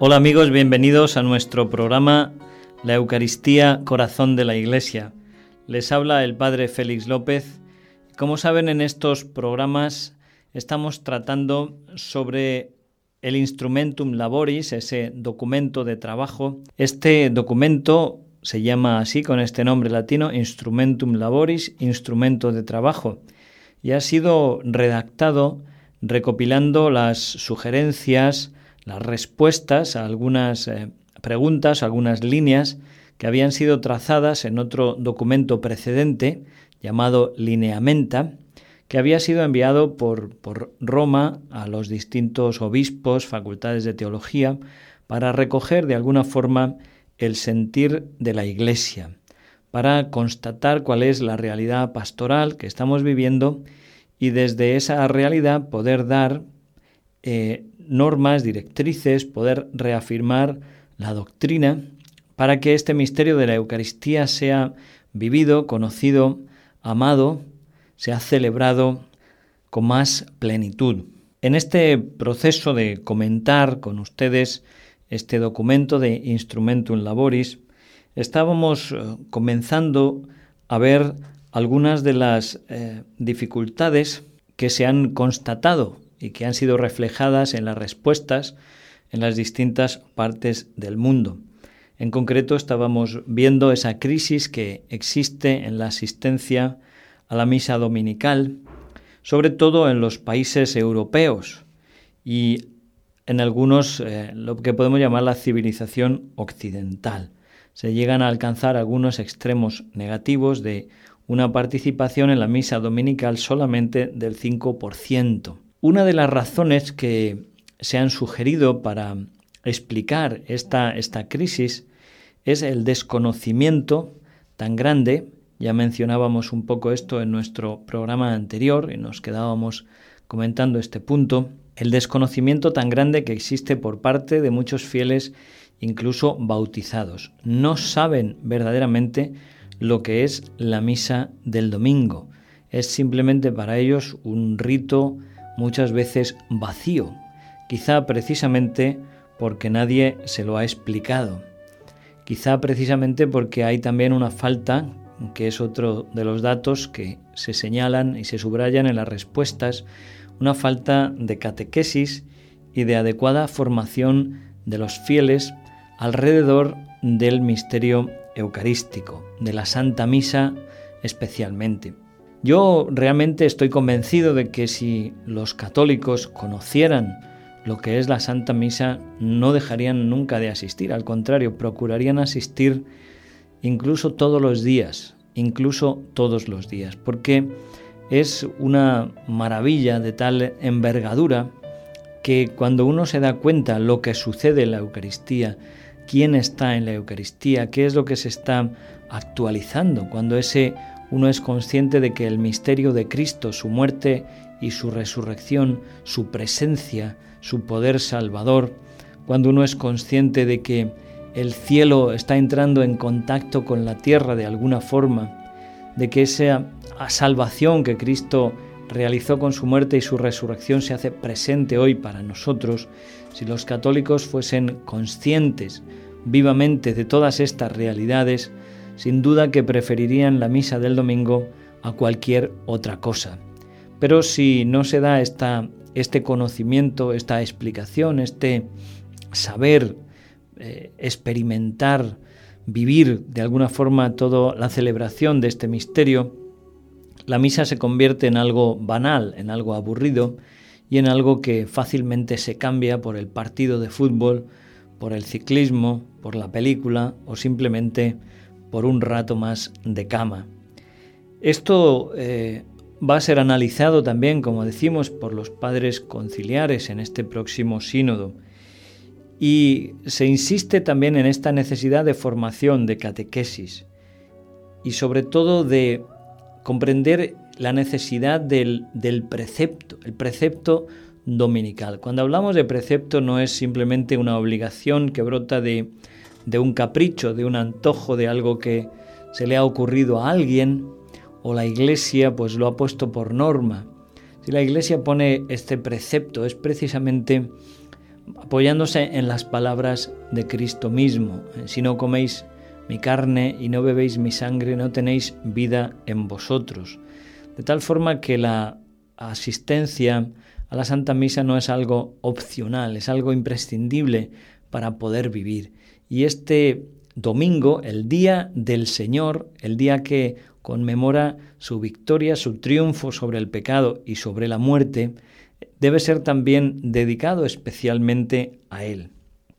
Hola amigos, bienvenidos a nuestro programa La Eucaristía, Corazón de la Iglesia. Les habla el Padre Félix López. Como saben, en estos programas estamos tratando sobre el Instrumentum Laboris, ese documento de trabajo. Este documento se llama así, con este nombre latino, Instrumentum Laboris, instrumento de trabajo, y ha sido redactado recopilando las sugerencias, las respuestas a algunas preguntas, algunas líneas que habían sido trazadas en otro documento precedente llamado Lineamenta, que había sido enviado por Roma a los distintos obispos, facultades de teología, para recoger de alguna forma el sentir de la Iglesia, para constatar cuál es la realidad pastoral que estamos viviendo y desde esa realidad poder dar normas, directrices, poder reafirmar la doctrina para que este misterio de la Eucaristía sea vivido, conocido, amado, sea celebrado con más plenitud. En este proceso de comentar con ustedes este documento de Instrumentum Laboris, estábamos comenzando a ver algunas de las dificultades que se han constatado y que han sido reflejadas en las respuestas en las distintas partes del mundo. En concreto, estábamos viendo esa crisis que existe en la asistencia a la misa dominical, sobre todo en los países europeos y en algunos, lo que podemos llamar la civilización occidental. Se llegan a alcanzar algunos extremos negativos de una participación en la misa dominical solamente del 5%. Una de las razones que se han sugerido para explicar esta crisis es el desconocimiento tan grande. Ya mencionábamos un poco esto en nuestro programa anterior y nos quedábamos comentando este punto. El desconocimiento tan grande que existe por parte de muchos fieles, incluso bautizados. No saben verdaderamente lo que es la misa del domingo. Es simplemente para ellos un rito muchas veces vacío, quizá precisamente porque nadie se lo ha explicado, quizá precisamente porque hay también una falta, que es otro de los datos que se señalan y se subrayan en las respuestas, una falta de catequesis y de adecuada formación de los fieles alrededor del misterio eucarístico, de la Santa Misa especialmente. Yo realmente estoy convencido de que si los católicos conocieran lo que es la Santa Misa, no dejarían nunca de asistir. Al contrario, procurarían asistir incluso todos los días, porque es una maravilla de tal envergadura que cuando uno se da cuenta lo que sucede en la Eucaristía, quién está en la Eucaristía, qué es lo que se está actualizando, cuando uno es consciente de que el misterio de Cristo, su muerte y su resurrección, su presencia, su poder salvador, cuando uno es consciente de que el cielo está entrando en contacto con la tierra de alguna forma, de que esa salvación que Cristo realizó con su muerte y su resurrección se hace presente hoy para nosotros, si los católicos fuesen conscientes vivamente de todas estas realidades, sin duda que preferirían la misa del domingo a cualquier otra cosa. Pero si no se da este conocimiento, esta explicación, este saber, experimentar, vivir de alguna forma toda la celebración de este misterio, la misa se convierte en algo banal, en algo aburrido y en algo que fácilmente se cambia por el partido de fútbol, por el ciclismo, por la película o simplemente por un rato más de cama. Esto va a ser analizado también, como decimos, por los padres conciliares en este próximo sínodo. Y se insiste también en esta necesidad de formación, de catequesis y sobre todo de comprender la necesidad del precepto, el precepto dominical. Cuando hablamos de precepto no es simplemente una obligación que brota de un capricho, de un antojo, de algo que se le ha ocurrido a alguien o la Iglesia pues lo ha puesto por norma. Si la Iglesia pone este precepto es precisamente apoyándose en las palabras de Cristo mismo. Si no coméis mi carne y no bebéis mi sangre, no tenéis vida en vosotros. De tal forma que la asistencia a la Santa Misa no es algo opcional, es algo imprescindible para poder vivir. Y este domingo, el día del Señor, el día que conmemora su victoria, su triunfo sobre el pecado y sobre la muerte, debe ser también dedicado especialmente a Él.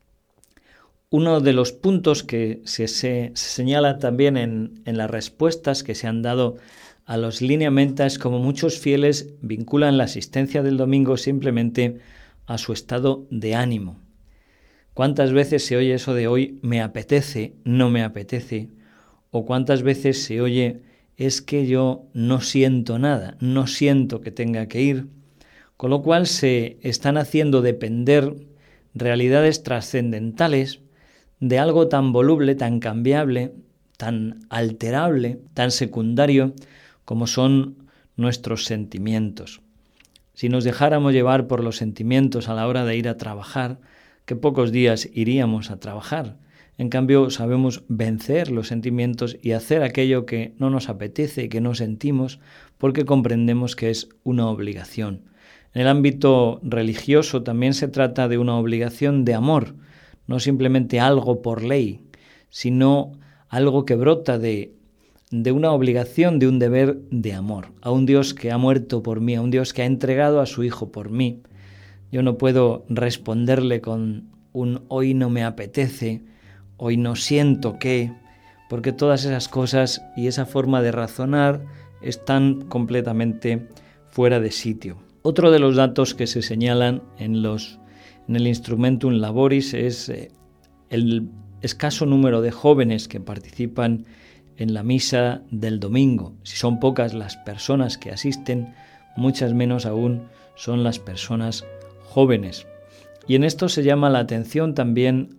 Uno de los puntos que se señala también en las respuestas que se han dado a los lineamientos es como muchos fieles vinculan la asistencia del domingo simplemente a su estado de ánimo. ¿Cuántas veces se oye eso de hoy me apetece, no me apetece? ¿O cuántas veces se oye es que yo no siento nada, no siento que tenga que ir? Con lo cual se están haciendo depender realidades trascendentales de algo tan voluble, tan cambiable, tan alterable, tan secundario como son nuestros sentimientos. Si nos dejáramos llevar por los sentimientos a la hora de ir a trabajar, que pocos días iríamos a trabajar. En cambio, sabemos vencer los sentimientos y hacer aquello que no nos apetece y que no sentimos porque comprendemos que es una obligación. En el ámbito religioso también se trata de una obligación de amor, no simplemente algo por ley, sino algo que brota de una obligación, de un deber de amor, a un Dios que ha muerto por mí, a un Dios que ha entregado a su Hijo por mí. Yo no puedo responderle con un hoy no me apetece, hoy no siento que, porque todas esas cosas y esa forma de razonar están completamente fuera de sitio. Otro de los datos que se señalan en el Instrumentum Laboris es el escaso número de jóvenes que participan en la misa del domingo. Si son pocas las personas que asisten, muchas menos aún son las personas jóvenes. Y en esto se llama la atención también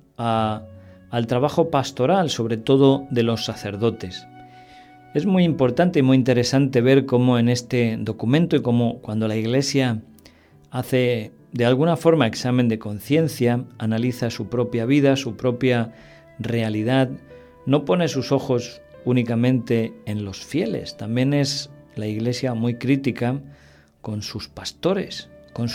al trabajo pastoral, sobre todo de los sacerdotes. Es muy importante y muy interesante ver cómo en este documento y cómo cuando la Iglesia hace de alguna forma examen de conciencia, analiza su propia vida, su propia realidad, no pone sus ojos únicamente en los fieles, también es la Iglesia muy crítica con sus pastores,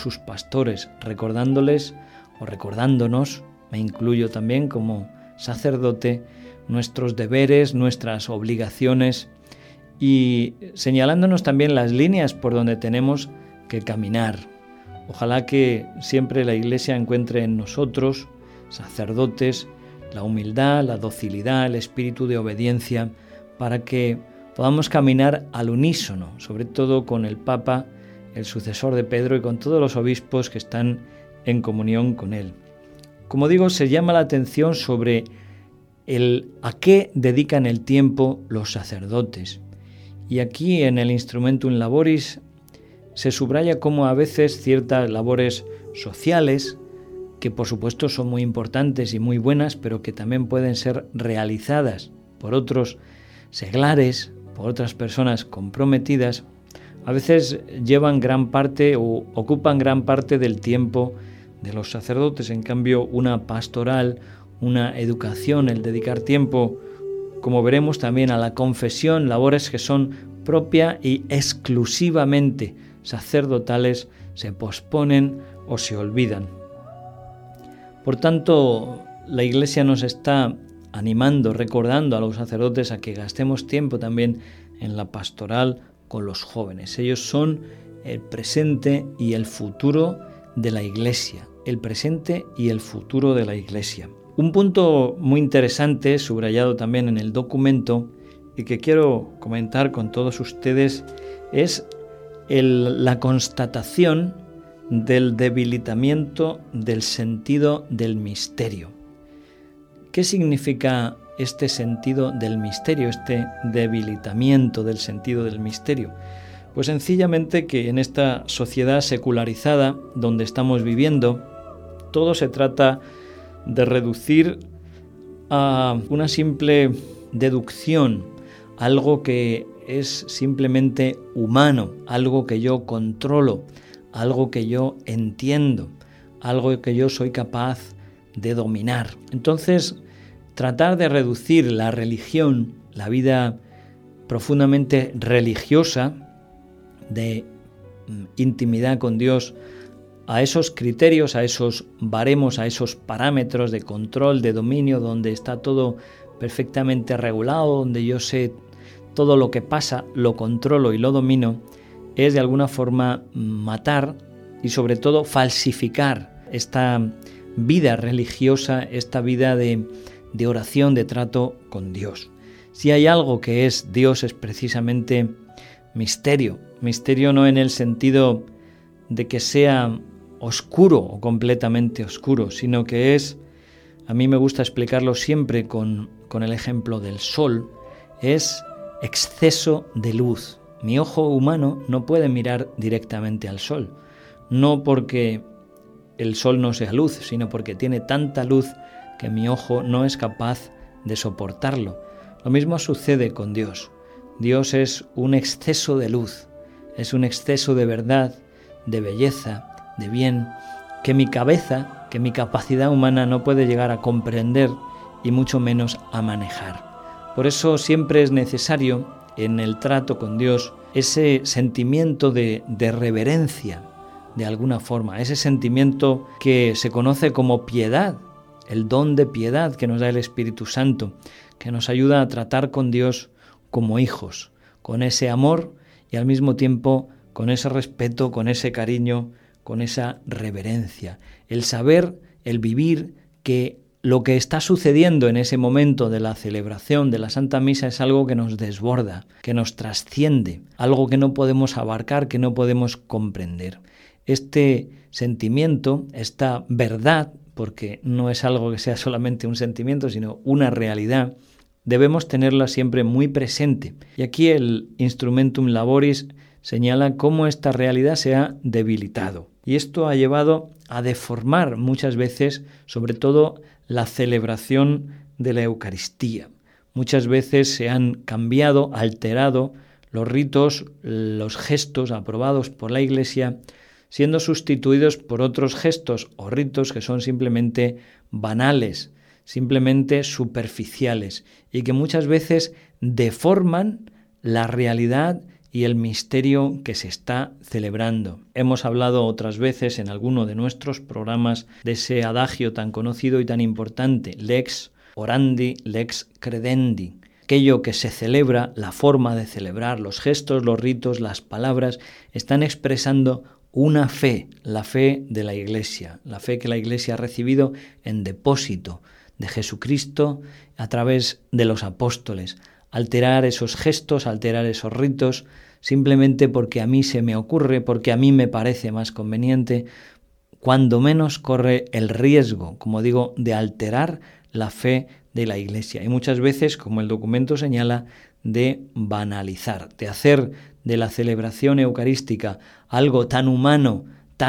recordándoles o recordándonos, me incluyo también como sacerdote, nuestros deberes, nuestras obligaciones y señalándonos también las líneas por donde tenemos que caminar. Ojalá que siempre la Iglesia encuentre en nosotros, sacerdotes, la humildad, la docilidad, el espíritu de obediencia, para que podamos caminar al unísono, sobre todo con el Papa, el sucesor de Pedro, y con todos los obispos que están en comunión con él. Como digo, se llama la atención sobre a qué dedican el tiempo los sacerdotes. Y aquí en el Instrumentum Laboris se subraya cómo a veces ciertas labores sociales, que por supuesto son muy importantes y muy buenas, pero que también pueden ser realizadas por otros seglares, por otras personas comprometidas, a veces llevan gran parte o ocupan gran parte del tiempo de los sacerdotes. En cambio, una pastoral, una educación, el dedicar tiempo, como veremos también a la confesión, labores que son propia y exclusivamente sacerdotales, se posponen o se olvidan. Por tanto, la Iglesia nos está animando, recordando a los sacerdotes a que gastemos tiempo también en la pastoral con los jóvenes. Ellos son el presente y el futuro de la Iglesia, el presente y el futuro de la Iglesia. Un punto muy interesante, subrayado también en el documento, y que quiero comentar con todos ustedes, es la constatación del debilitamiento del sentido del misterio. ¿Qué significa este sentido del misterio, este debilitamiento del sentido del misterio? Pues sencillamente que en esta sociedad secularizada donde estamos viviendo, todo se trata de reducir a una simple deducción, algo que es simplemente humano, algo que yo controlo, algo que yo entiendo, algo que yo soy capaz de dominar. Entonces, tratar de reducir la religión, la vida profundamente religiosa, de intimidad con Dios, a esos criterios, a esos baremos, a esos parámetros de control, de dominio, donde está todo perfectamente regulado, donde yo sé todo lo que pasa, lo controlo y lo domino, es de alguna forma matar y sobre todo falsificar esta vida religiosa, esta vida de oración, de trato con Dios. Si hay algo que es Dios, es precisamente misterio. Misterio no en el sentido de que sea oscuro o completamente oscuro, sino que es, a mí me gusta explicarlo siempre con el ejemplo del sol, es exceso de luz. Mi ojo humano no puede mirar directamente al sol, no porque el sol no sea luz, sino porque tiene tanta luz que mi ojo no es capaz de soportarlo. Lo mismo sucede con Dios. Dios es un exceso de luz, es un exceso de verdad, de belleza, de bien, que mi cabeza, que mi capacidad humana no puede llegar a comprender y mucho menos a manejar. Por eso siempre es necesario en el trato con Dios ese sentimiento de reverencia, de alguna forma, ese sentimiento que se conoce como piedad, el don de piedad que nos da el Espíritu Santo, que nos ayuda a tratar con Dios como hijos, con ese amor y al mismo tiempo con ese respeto, con ese cariño, con esa reverencia. El saber, el vivir que lo que está sucediendo en ese momento de la celebración de la Santa Misa es algo que nos desborda, que nos trasciende, algo que no podemos abarcar, que no podemos comprender. Este sentimiento, esta verdad, porque no es algo que sea solamente un sentimiento, sino una realidad, debemos tenerla siempre muy presente. Y aquí el Instrumentum Laboris señala cómo esta realidad se ha debilitado. Y esto ha llevado a deformar muchas veces, sobre todo, la celebración de la Eucaristía. Muchas veces se han cambiado, alterado los ritos, los gestos aprobados por la Iglesia, siendo sustituidos por otros gestos o ritos que son simplemente banales, simplemente superficiales y que muchas veces deforman la realidad y el misterio que se está celebrando. Hemos hablado otras veces en alguno de nuestros programas de ese adagio tan conocido y tan importante, lex orandi, lex credendi. Aquello que se celebra, la forma de celebrar, los gestos, los ritos, las palabras, están expresando una fe, la fe de la Iglesia, la fe que la Iglesia ha recibido en depósito de Jesucristo a través de los apóstoles. Alterar esos gestos, alterar esos ritos, simplemente porque a mí se me ocurre, porque a mí me parece más conveniente, cuando menos corre el riesgo, como digo, de alterar la fe de la Iglesia. Y muchas veces, como el documento señala, de banalizar, de hacer de la celebración eucarística algo tan humano,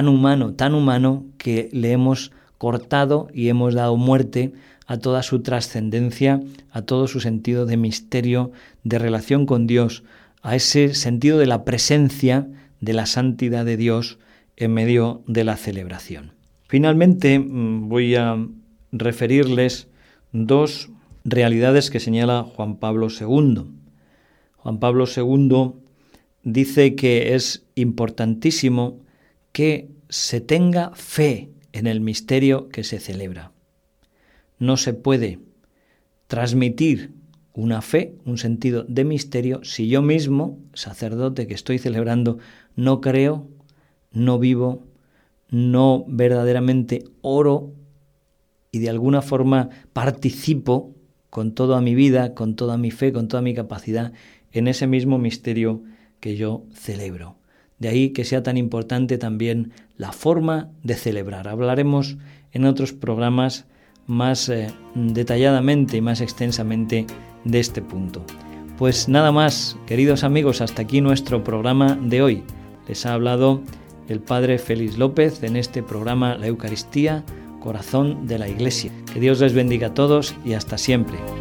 que le hemos cortado y hemos dado muerte a toda su trascendencia, a todo su sentido de misterio, de relación con Dios, a ese sentido de la presencia de la santidad de Dios en medio de la celebración. Finalmente, voy a referirles dos realidades que señala Juan Pablo II. Juan Pablo II dice que es importantísimo que se tenga fe en el misterio que se celebra. No se puede transmitir una fe, un sentido de misterio, si yo mismo, sacerdote que estoy celebrando, no creo, no vivo, no verdaderamente oro y de alguna forma participo con toda mi vida, con toda mi fe, con toda mi capacidad en ese mismo misterio que yo celebro. De ahí que sea tan importante también la forma de celebrar. Hablaremos en otros programas más detalladamente y más extensamente de este punto. Pues nada más, queridos amigos, hasta aquí nuestro programa de hoy. Les ha hablado el Padre Félix López en este programa La Eucaristía, Corazón de la Iglesia. Que Dios les bendiga a todos y hasta siempre.